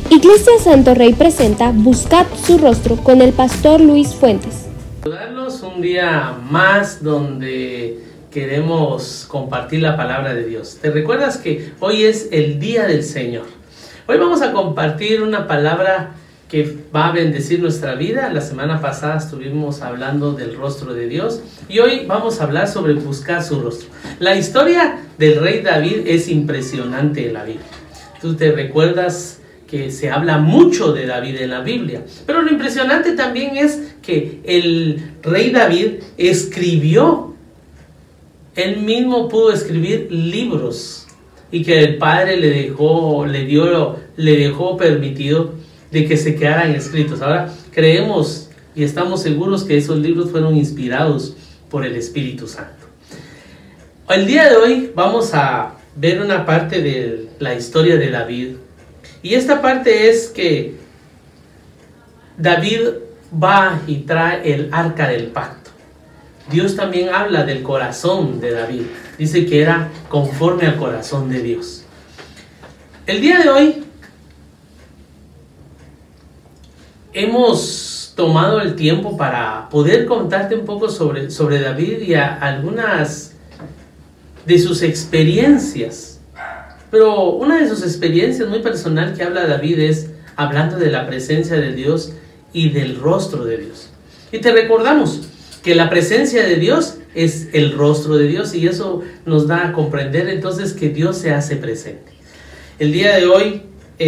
Iglesia Santo Rey presenta Buscad su rostro con el pastor Luis Fuentes. Saludarlos un día más donde queremos compartir la palabra de Dios. ¿Te recuerdas que hoy es el día del Señor? Hoy vamos a compartir una palabra que va a bendecir nuestra vida. La semana pasada estuvimos hablando del rostro de Dios y hoy vamos a hablar sobre buscar su rostro. La historia del rey David es impresionante en la Biblia. Tú te recuerdas que se habla mucho de David en la Biblia, pero lo impresionante también es que el rey David escribió, él mismo pudo escribir libros y que el Padre le dejó permitido de que se quedaran escritos. Ahora creemos y estamos seguros que esos libros fueron inspirados por el Espíritu Santo. El día de hoy vamos a ver una parte de la historia de David. Y esta parte es que David va y trae el arca del pacto. Dios también habla del corazón de David. Dice que era conforme al corazón de Dios. El día de hoy hemos tomado el tiempo para poder contarte un poco sobre David y algunas de sus experiencias. Pero una de sus experiencias muy personal que habla David es hablando de la presencia de Dios y del rostro de Dios. Y te recordamos que la presencia de Dios es el rostro de Dios y eso nos da a comprender entonces que Dios se hace presente. El día de hoy,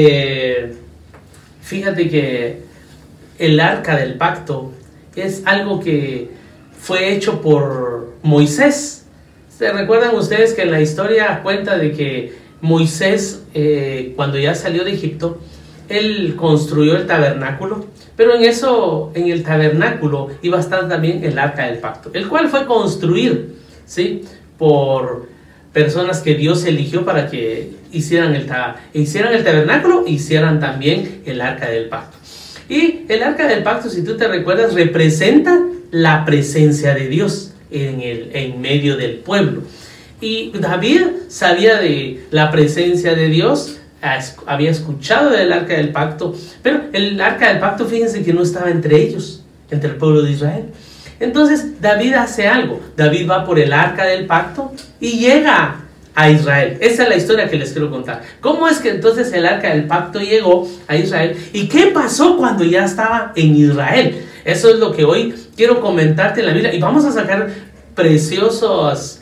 fíjate que el arca del pacto es algo que fue hecho por Moisés. ¿Se recuerdan ustedes que en la historia cuenta de que Moisés, cuando ya salió de Egipto, él construyó el tabernáculo, pero en el tabernáculo iba a estar también el arca del pacto, el cual fue construido, ¿sí?, por personas que Dios eligió para que hicieran el tabernáculo, hicieran también el arca del pacto. Y el arca del pacto, si tú te recuerdas, representa la presencia de Dios en medio del pueblo. Y David sabía de la presencia de Dios, había escuchado del arca del pacto, pero el arca del pacto, fíjense que no estaba entre ellos, entre el pueblo de Israel. Entonces David hace algo. David va por el arca del pacto y llega a Israel. Esa es la historia que les quiero contar. ¿Cómo es que entonces el arca del pacto llegó a Israel? ¿Y qué pasó cuando ya estaba en Israel? Eso es lo que hoy quiero comentarte en la Biblia. Y vamos a sacar preciosas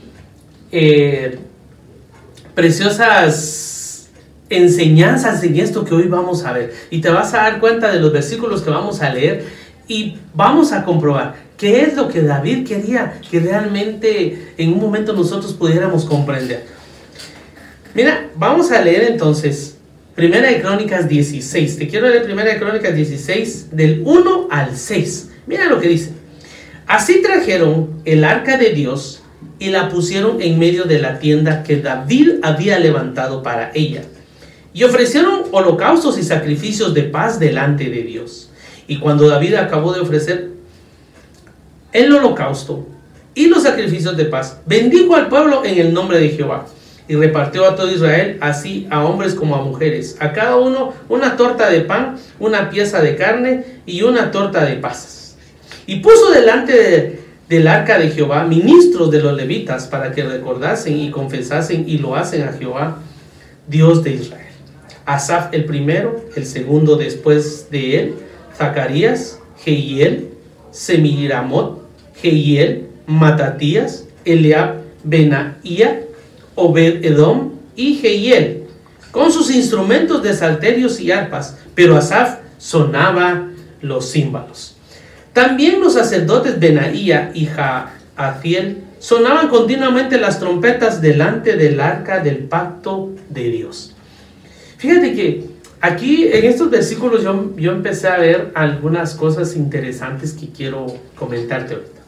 enseñanzas en esto que hoy vamos a ver. Y te vas a dar cuenta de los versículos que vamos a leer y vamos a comprobar qué es lo que David quería que realmente en un momento nosotros pudiéramos comprender. Mira, vamos a leer entonces Primera de Crónicas 16. Te quiero leer Primera de Crónicas 16 del 1 al 6. Mira lo que dice. Así trajeron el arca de Dios y la pusieron en medio de la tienda que David había levantado para ella. Y ofrecieron holocaustos y sacrificios de paz delante de Dios. Y cuando David acabó de ofrecer el holocausto y los sacrificios de paz, bendijo al pueblo en el nombre de Jehová. Y repartió a todo Israel, así a hombres como a mujeres, a cada uno una torta de pan, una pieza de carne y una torta de pasas. Y puso delante del arca de Jehová ministros de los levitas para que recordasen y confesasen y lo hacen a Jehová, Dios de Israel. Asaf el primero, el segundo después de él, Zacarías, Jehiel, Semiramot, Jehiel, Matatías, Eliab, Benaía, Obed-edom y Jehiel, con sus instrumentos de salterios y arpas, pero Asaf sonaba los címbalos. También los sacerdotes Benaía y Jahaziel sonaban continuamente las trompetas delante del arca del pacto de Dios. Fíjate que aquí en estos versículos yo empecé a ver algunas cosas interesantes que quiero comentarte ahorita.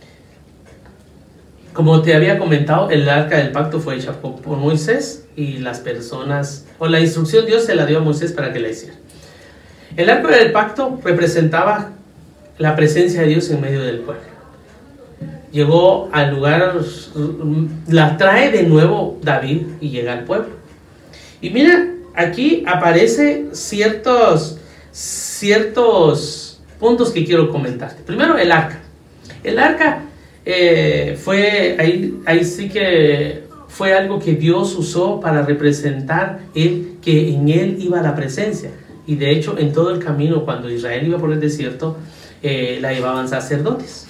Como te había comentado, el arca del pacto fue hecha por Moisés y las personas, o la instrucción Dios se la dio a Moisés para que la hiciera. El arca del pacto representaba la presencia de Dios en medio del pueblo. Llegó al lugar, la trae de nuevo David y llega al pueblo. Y mira aquí aparece ciertos puntos que quiero comentarte. Primero, el arca. El arca fue, ahí sí que fue algo que Dios usó para representar que en él iba la presencia. Y de hecho, en todo el camino, cuando Israel iba por el desierto, la llevaban sacerdotes.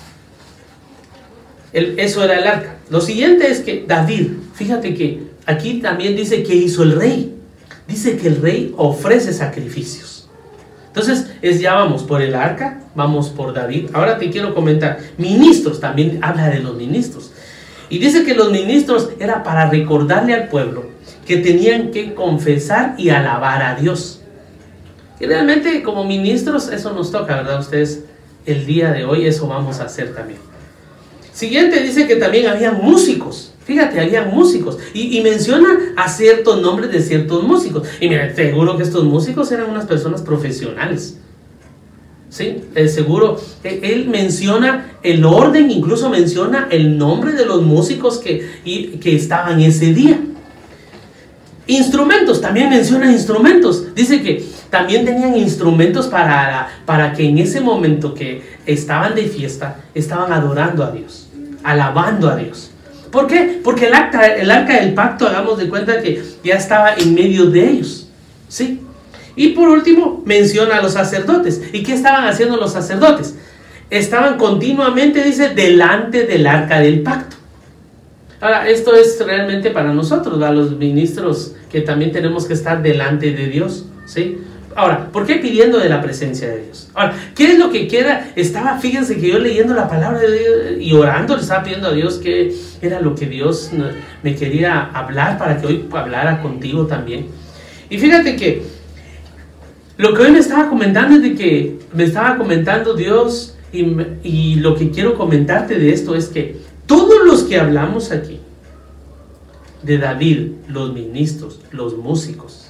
Eso era el arca. Lo siguiente es que David, fíjate que aquí también dice que hizo el rey. Dice que el rey ofrece sacrificios. Entonces, ya vamos por el arca, vamos por David. Ahora te quiero comentar, ministros, también habla de los ministros. Y dice que los ministros era para recordarle al pueblo que tenían que confesar y alabar a Dios. Y realmente como ministros eso nos toca, ¿verdad? Ustedes el día de hoy eso vamos a hacer también. Siguiente dice que también había músicos. Fíjate, había músicos. Y menciona a ciertos nombres de ciertos músicos. Y mira, seguro que estos músicos eran unas personas profesionales. Sí, seguro. Él menciona el orden, incluso menciona el nombre de los músicos que estaban ese día. Instrumentos, también menciona instrumentos. Dice que también tenían instrumentos para que en ese momento que estaban de fiesta, estaban adorando a Dios, alabando a Dios. ¿Por qué? Porque el arca del pacto, hagamos de cuenta que ya estaba en medio de ellos. ¿Sí? Y por último, menciona a los sacerdotes. ¿Y qué estaban haciendo los sacerdotes? Estaban continuamente, dice, delante del arca del pacto. Ahora, esto es realmente para nosotros, ¿va? Los ministros que también tenemos que estar delante de Dios, ¿sí? Ahora, ¿por qué pidiendo de la presencia de Dios? Ahora, ¿qué es lo que quiera? Fíjense que yo leyendo la palabra de Dios y orando, le estaba pidiendo a Dios qué era lo que Dios me quería hablar para que hoy hablara contigo también. Y fíjate que lo que hoy me estaba comentando es de que me estaba comentando Dios y lo que quiero comentarte de esto es que todos los que hablamos aquí, de David, los ministros, los músicos,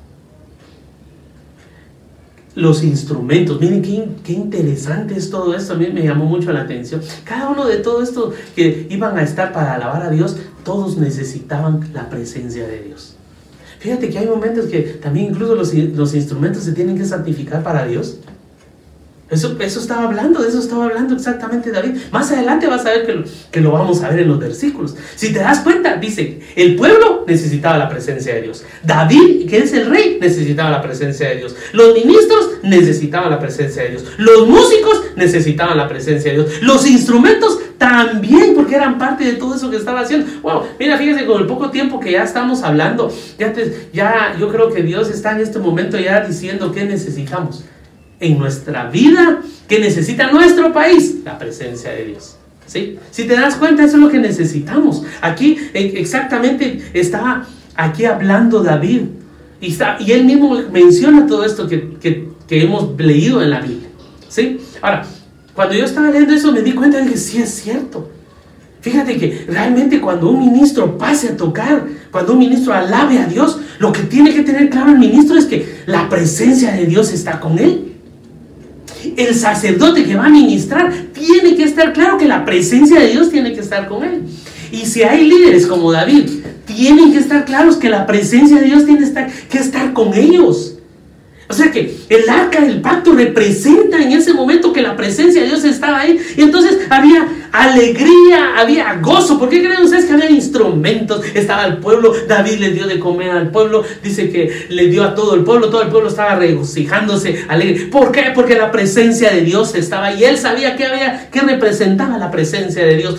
los instrumentos, miren qué interesante es todo esto, a mí me llamó mucho la atención. Cada uno de todo esto que iban a estar para alabar a Dios, todos necesitaban la presencia de Dios. Fíjate que hay momentos que también incluso los instrumentos se tienen que santificar para Dios. Eso estaba hablando, de eso estaba hablando exactamente David. Más adelante vas a ver que lo vamos a ver en los versículos. Si te das cuenta, dice, el pueblo necesitaba la presencia de Dios. David, que es el rey, necesitaba la presencia de Dios. Los ministros necesitaban la presencia de Dios. Los músicos necesitaban la presencia de Dios. Los instrumentos también, porque eran parte de todo eso que estaba haciendo. Wow, mira, fíjese, con el poco tiempo que ya estamos hablando, ya yo creo que Dios está en este momento ya diciendo qué necesitamos en nuestra vida, que necesita nuestro país, la presencia de Dios. ¿Sí? Si te das cuenta, eso es lo que necesitamos. Aquí exactamente está aquí hablando David y él mismo menciona todo esto que hemos leído en la Biblia. ¿Sí? Ahora, cuando yo estaba leyendo eso me di cuenta de que sí es cierto. Fíjate que realmente cuando un ministro pase a tocar, cuando un ministro alabe a Dios, lo que tiene que tener claro el ministro es que la presencia de Dios está con él. El sacerdote que va a ministrar tiene que estar claro que la presencia de Dios tiene que estar con él. Y si hay líderes como David, tienen que estar claros que la presencia de Dios tiene que estar con ellos. O sea que el arca del pacto representa en ese momento que la presencia de Dios estaba ahí. Y entonces había alegría, había gozo. ¿Por qué creen ustedes que había instrumentos? Estaba el pueblo, David le dio de comer al pueblo. Dice que le dio a todo el pueblo estaba regocijándose, alegre. ¿Por qué? Porque la presencia de Dios estaba ahí. Y él sabía que representaba la presencia de Dios.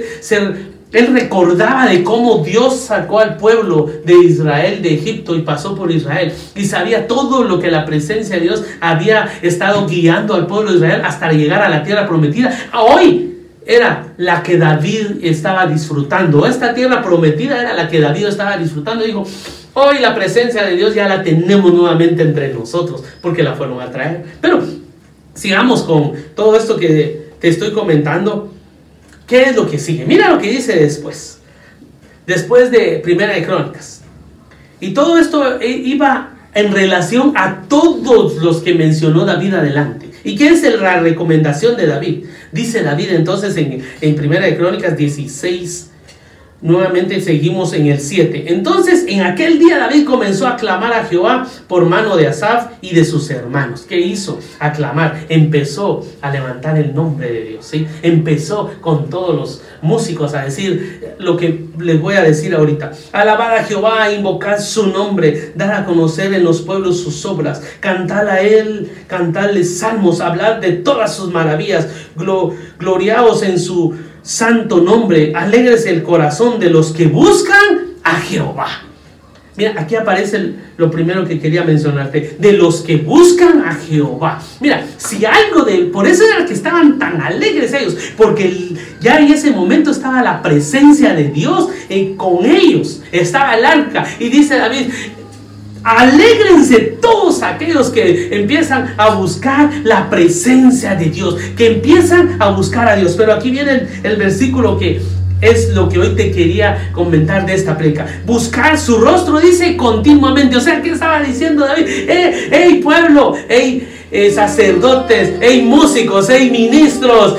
Él recordaba de cómo Dios sacó al pueblo de Israel de Egipto y pasó por Israel. Y sabía todo lo que la presencia de Dios había estado guiando al pueblo de Israel hasta llegar a la tierra prometida. Hoy era la que David estaba disfrutando. Esta tierra prometida era la que David estaba disfrutando. Y dijo, hoy la presencia de Dios ya la tenemos nuevamente entre nosotros porque la fueron a traer. Pero sigamos con todo esto que te estoy comentando. ¿Qué es lo que sigue? Mira lo que dice después. Después de Primera de Crónicas. Y todo esto iba en relación a todos los que mencionó David adelante. ¿Y qué es la recomendación de David? Dice David entonces en Primera de Crónicas 16, Nuevamente seguimos en el 7. Entonces en aquel día David comenzó a clamar a Jehová por mano de Asaf y de sus hermanos. ¿Qué hizo? A clamar. Empezó a levantar el nombre de Dios, ¿sí? Empezó con todos los músicos a decir lo que les voy a decir ahorita. Alabar a Jehová, invocar su nombre, dar a conocer en los pueblos sus obras, cantar a él, cantarle salmos, hablar de todas sus maravillas, gloriaos en su santo nombre, alegres el corazón de los que buscan a Jehová. Mira, aquí aparece lo primero que quería mencionarte, de los que buscan a Jehová. Mira, si algo por eso era que estaban tan alegres ellos, porque ya en ese momento estaba la presencia de Dios con ellos, estaba el arca, y dice David: alégrense todos aquellos que empiezan a buscar la presencia de Dios, que empiezan a buscar a Dios. Pero aquí viene el versículo que es lo que hoy te quería comentar de esta prédica. Buscar su rostro, dice, continuamente. O sea, ¿qué estaba diciendo David? ¡Ey, pueblo! ¡Ey, sacerdotes! ¡Ey, músicos! ¡Ey, ministros!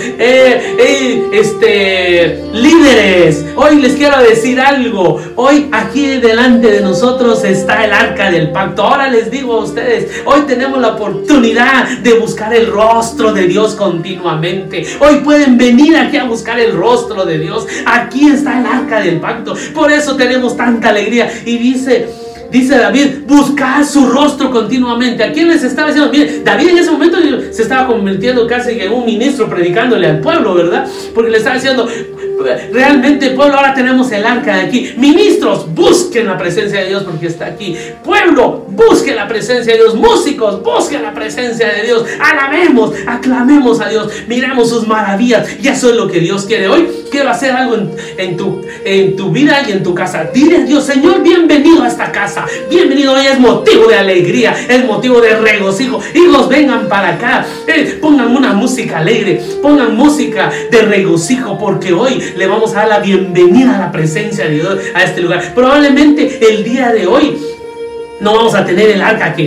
Líderes! Hoy les quiero decir algo. Hoy aquí delante de nosotros está el arca del pacto. Ahora les digo a ustedes, hoy tenemos la oportunidad de buscar el rostro de Dios continuamente. Hoy pueden venir aquí a buscar el rostro de Dios. Aquí está el arca del pacto. Por eso tenemos tanta alegría. Y dice David, buscar su rostro continuamente. ¿A quién les estaba diciendo? Mire, David en ese momento se estaba convirtiendo casi en un ministro predicándole al pueblo, ¿verdad? Porque le estaba diciendo: realmente, pueblo, ahora tenemos el arca de aquí. Ministros, busquen la presencia de Dios porque está aquí. Pueblo, busquen la presencia de Dios. Músicos, busquen la presencia de Dios. Alabemos, aclamemos a Dios. Miremos sus maravillas. Y eso es lo que Dios quiere. Hoy quiero hacer algo en tu vida y en tu casa. Dile a Dios: Señor, bienvenido a esta casa. Bienvenido. Hoy es motivo de alegría, es motivo de regocijo. Hijos, vengan para acá. Pongan una música alegre, pongan música de regocijo, porque hoy le vamos a dar la bienvenida a la presencia de Dios a este lugar. Probablemente el día de hoy no vamos a tener el arca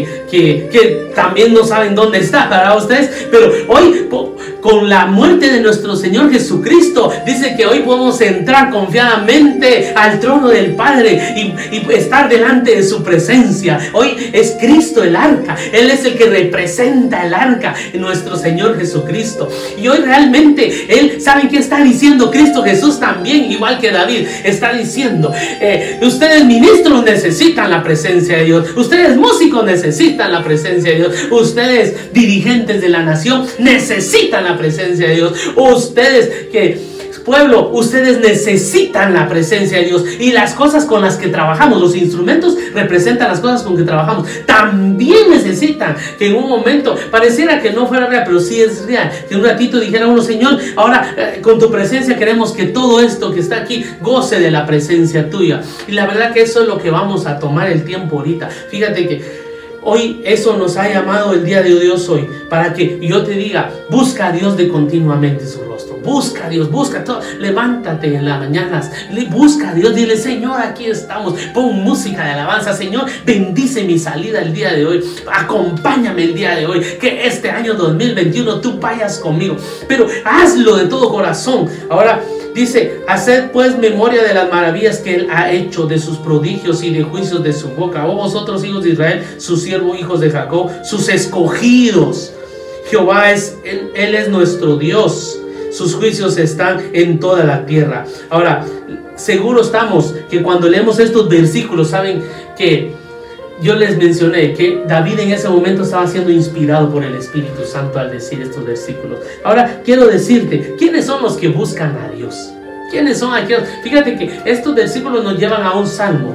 que también no saben dónde está para ustedes, pero hoy con la muerte de nuestro Señor Jesucristo, dice que hoy podemos entrar confiadamente al trono del Padre y estar delante de su presencia. Hoy es Cristo el arca, Él es el que representa el arca, nuestro Señor Jesucristo. Y hoy realmente Él, ¿saben qué está diciendo Cristo Jesús también? Igual que David, está diciendo: ustedes ministros necesitan la presencia de Dios, ustedes músicos necesitan la presencia de Dios, ustedes dirigentes de la nación necesitan la presencia de Dios, ustedes pueblo, ustedes necesitan la presencia de Dios. Y las cosas con las que trabajamos, los instrumentos representan las cosas con que trabajamos, también necesitan que en un momento pareciera que no fuera real, pero sí es real, que un ratito dijera uno: Señor, ahora con tu presencia queremos que todo esto que está aquí goce de la presencia tuya. Y la verdad que eso es lo que vamos a tomar el tiempo ahorita. Fíjate que hoy eso nos ha llamado el día de Dios hoy, para que yo te diga: busca a Dios de continuamente su rostro, busca a Dios, busca todo, levántate en las mañanas, busca a Dios, dile: Señor, aquí estamos, pon música de alabanza, Señor, bendice mi salida el día de hoy, acompáñame el día de hoy, que este año 2021 tú vayas conmigo, pero hazlo de todo corazón. Ahora dice: haced pues memoria de las maravillas que Él ha hecho, de sus prodigios y de juicios de su boca. Oh vosotros, hijos de Israel, sus siervos, hijos de Jacob, sus escogidos. Jehová Él es nuestro Dios. Sus juicios están en toda la tierra. Ahora, seguro estamos que cuando leemos estos versículos, saben que yo les mencioné que David en ese momento estaba siendo inspirado por el Espíritu Santo al decir estos versículos. Ahora quiero decirte, ¿quiénes son los que buscan a Dios? ¿Quiénes son aquellos? Fíjate que estos versículos nos llevan a un salmo,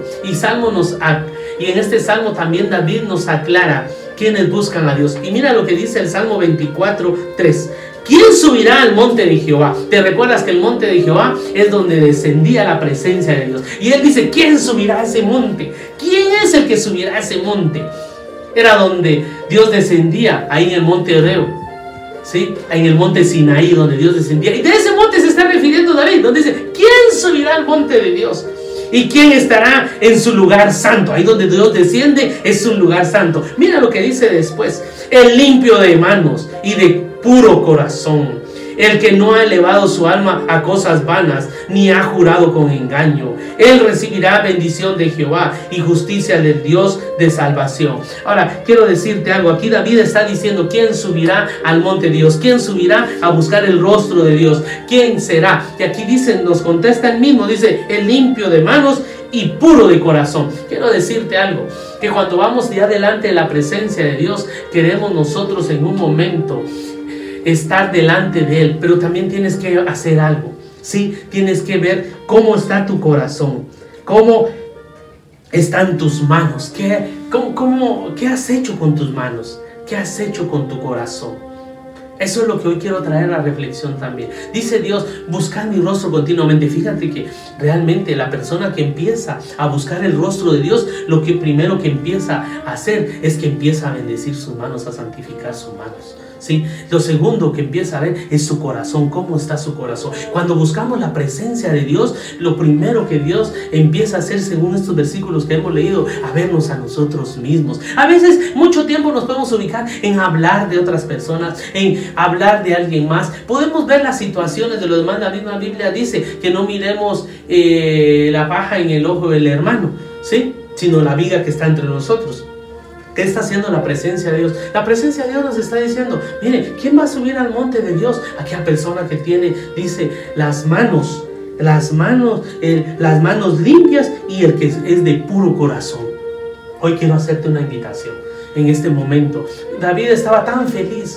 y en este salmo también David nos aclara quiénes buscan a Dios. Y mira lo que dice el Salmo 24:3. ¿Quién subirá al monte de Jehová? ¿Te recuerdas que el monte de Jehová es donde descendía la presencia de Dios? Y él dice: ¿quién subirá a ese monte? ¿Quién es el que subirá a ese monte? Era donde Dios descendía, ahí en el monte Horeb, ¿sí? En el monte Sinaí, donde Dios descendía. Y de ese monte se está refiriendo David, donde dice: ¿quién subirá al monte de Dios? ¿Y quién estará en su lugar santo? Ahí donde Dios desciende es un lugar santo. Mira lo que dice después: el limpio de manos y de puro corazón, el que no ha elevado su alma a cosas vanas, ni ha jurado con engaño. Él recibirá bendición de Jehová y justicia del Dios de salvación. Ahora, quiero decirte algo. Aquí David está diciendo, ¿quién subirá al monte de Dios? ¿Quién subirá a buscar el rostro de Dios? ¿Quién será? Y aquí dice, nos contesta él mismo, dice, el limpio de manos y puro de corazón. Quiero decirte algo, que cuando vamos ya delante de la presencia de Dios, queremos nosotros en un momento estar delante de Él, pero también tienes que hacer algo, ¿sí? Tienes que ver cómo está tu corazón, cómo están tus manos, ¿qué has hecho con tus manos? ¿Qué has hecho con tu corazón? Eso es lo que hoy quiero traer a la reflexión también. Dice Dios, buscad mi rostro continuamente. Fíjate que realmente la persona que empieza a buscar el rostro de Dios, lo que primero que empieza a hacer es que empieza a bendecir sus manos, a santificar sus manos. ¿Sí? Lo segundo que empieza a ver es su corazón. ¿Cómo está su corazón? Cuando buscamos la presencia de Dios, lo primero que Dios empieza a hacer, según estos versículos que hemos leído, a vernos a nosotros mismos. A veces mucho tiempo nos podemos ubicar en hablar de otras personas, en hablar de alguien más. Podemos ver las situaciones de los demás. La misma Biblia dice que no miremos la paja en el ojo del hermano, ¿sí? Sino la viga que está entre nosotros. ¿Qué está haciendo la presencia de Dios? La presencia de Dios nos está diciendo, mire, ¿quién va a subir al monte de Dios? Aquella persona que tiene, dice, las manos limpias y el que es de puro corazón. Hoy quiero hacerte una invitación en este momento. David estaba tan feliz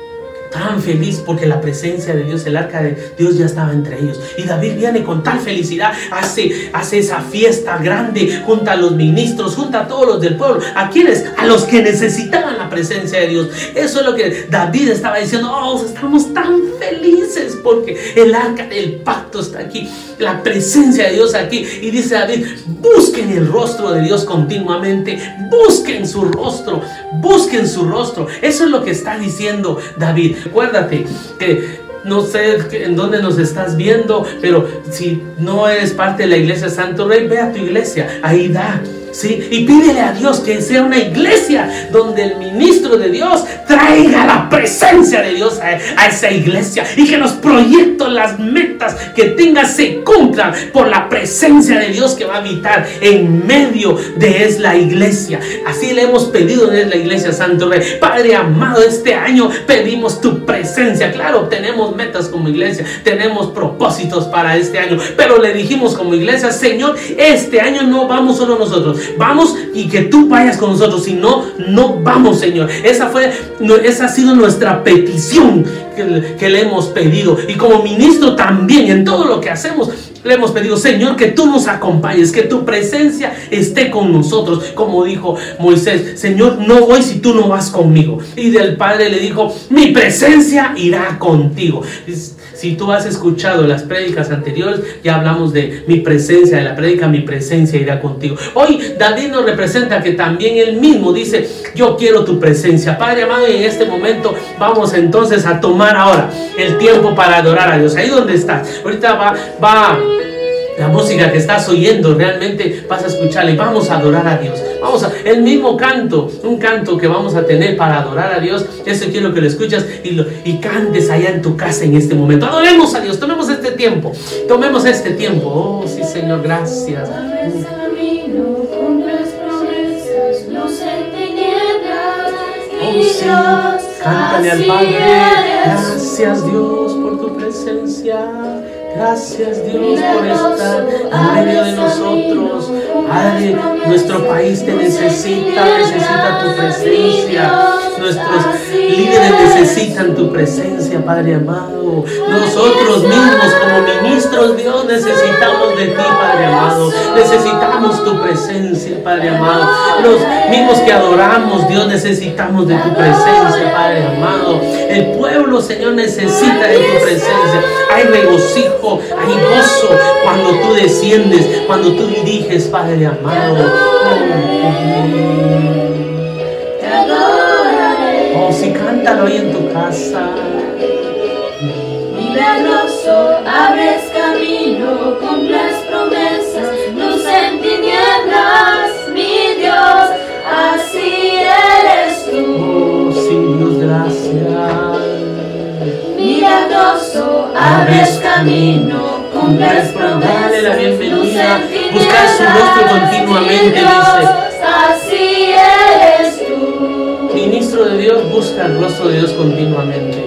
porque la presencia de Dios, el arca de Dios ya estaba entre ellos. Y David viene con tal felicidad, hace esa fiesta grande, junta a los ministros, junta a todos los del pueblo. ¿A quiénes? A los que necesitaban la presencia de Dios. Eso es lo que David estaba diciendo. Oh, estamos tan felices porque el arca del pacto está aquí, la presencia de Dios aquí. Y dice David, busquen el rostro de Dios continuamente, busquen su rostro, busquen su rostro. Eso es lo que está diciendo David. Recuérdate que no sé en dónde nos estás viendo, pero si no eres parte de la iglesia Santo Rey, ve a tu iglesia, ahí da, ¿sí? Y pídele a Dios que sea una iglesia donde el ministro de Dios traiga la presencia de Dios a esa iglesia y que los proyectos, las metas que tenga se cumplan por la presencia de Dios que va a habitar en medio de la iglesia. Así le hemos pedido en la iglesia Santo Rey. Padre amado, este año pedimos tu presencia. Claro, tenemos metas como iglesia, tenemos propósitos para este año, pero le dijimos como iglesia, Señor, este año no vamos solo nosotros, vamos y que tú vayas con nosotros. Si no, no vamos, Señor. Esa ha sido nuestra petición que le hemos pedido. Y como ministro también, en todo lo que hacemos, le hemos pedido, Señor, que tú nos acompañes, que tu presencia esté con nosotros. Como dijo Moisés, Señor, no voy si tú no vas conmigo. Y del Padre le dijo, mi presencia irá contigo. Si tú has escuchado las prédicas anteriores, ya hablamos de mi presencia, de la prédica, mi presencia irá contigo. Hoy David nos representa que también él mismo dice, yo quiero tu presencia. Padre amado, y en este momento vamos entonces a tomar ahora el tiempo para adorar a Dios. Ahí donde estás, ahorita va la música que estás oyendo, realmente vas a escucharla y vamos a adorar a Dios. El mismo canto, un canto que vamos a tener para adorar a Dios. Eso quiero que lo escuches y cantes allá en tu casa en este momento. Adoremos a Dios, tomemos este tiempo. Oh, sí, Señor, gracias. Oh, sí, cántale al Padre. Gracias, Dios, por tu presencia. Gracias, Dios, por estar en medio de nosotros. Padre, nuestro país te necesita tu presencia. Nuestros líderes necesitan tu presencia, Padre amado. Nosotros mismos como ministros, Dios, necesitamos de ti, Padre amado. Necesitamos tu presencia, Padre amado. Los mismos que adoramos, Dios, necesitamos de tu presencia, Padre amado. El pueblo, Señor, necesita de tu presencia. Hay regocijo, hay gozo cuando tú desciendes, cuando tú diriges, Padre amado. Oh, si cántalo ahí en tu casa. Milagroso, abres camino, cumples promesas, luz en tinieblas, mi Dios, así eres tú. Oh, sí, Dios, gracias. Milagroso, abres camino, cumples promesas. Dale la bienvenida. Buscar su rostro continuamente, dice. Así eres tú. Ministro de Dios, busca el rostro de Dios continuamente.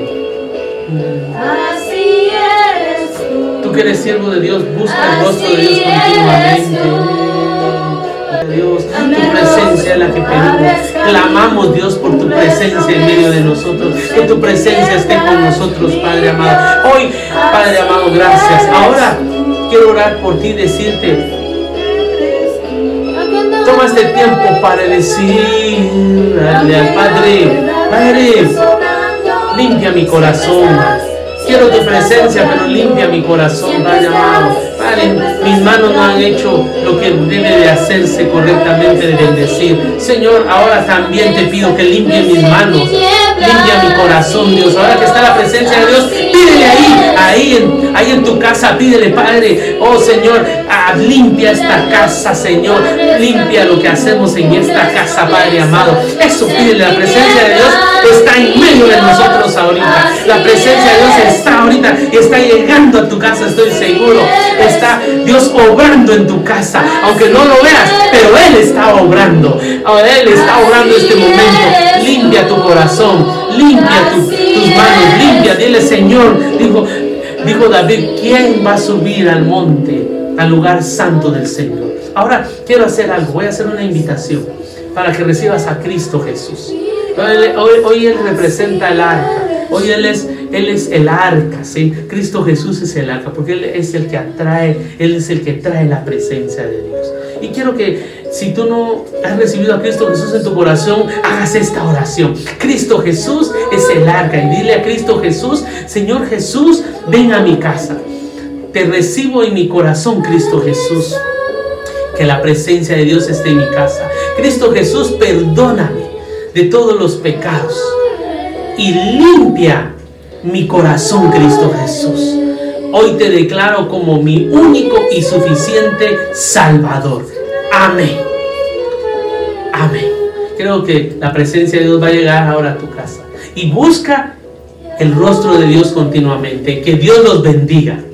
Así eres tú. Tú que eres siervo de Dios, busca el rostro de Dios continuamente. Dios, tu presencia es la que pedimos. Clamamos, Dios, por tu presencia en medio de nosotros. Que tu presencia esté con nosotros, Padre amado. Hoy, Padre amado, gracias. Ahora quiero orar por ti y decirte, toma este tiempo para decirle al Padre, Padre, limpia mi corazón. Quiero tu presencia, pero limpia mi corazón, Padre amado. Padre, mis manos no han hecho lo que debe de hacerse correctamente de bendecir. Señor, ahora también te pido que limpie mis manos, limpia mi corazón, Dios. Ahora que está la presencia de Dios, pídele ahí en tu casa, pídele, Padre. Oh Señor, limpia esta casa, Señor. Limpia lo que hacemos en esta casa, Padre amado. Eso pídele, la presencia de Dios está en medio de nosotros ahorita. La presencia de Dios está ahorita y está llegando a tu casa, estoy seguro. Está Dios obrando en tu casa, aunque no lo veas, pero Él está obrando. Él está obrando este momento. Limpia tu corazón, limpia tus manos, limpia. Dile, Señor, dijo David, ¿quién va a subir al monte, al lugar santo del Señor? Ahora quiero hacer algo, voy a hacer una invitación para que recibas a Cristo Jesús. Hoy Él representa el arca. Hoy Él es el arca, ¿sí? Cristo Jesús es el arca, porque Él es el que atrae, Él es el que trae la presencia de Dios. Y quiero que, si tú no has recibido a Cristo Jesús en tu corazón, hagas esta oración. Cristo Jesús es el arca. Y dile a Cristo Jesús, Señor Jesús, ven a mi casa. Te recibo en mi corazón, Cristo Jesús. Que la presencia de Dios esté en mi casa. Cristo Jesús, perdóname de todos los pecados y limpia mi corazón, Cristo Jesús. Hoy te declaro como mi único y suficiente Salvador. Amén. Amén. Creo que la presencia de Dios va a llegar ahora a tu casa. Y busca el rostro de Dios continuamente. Que Dios los bendiga.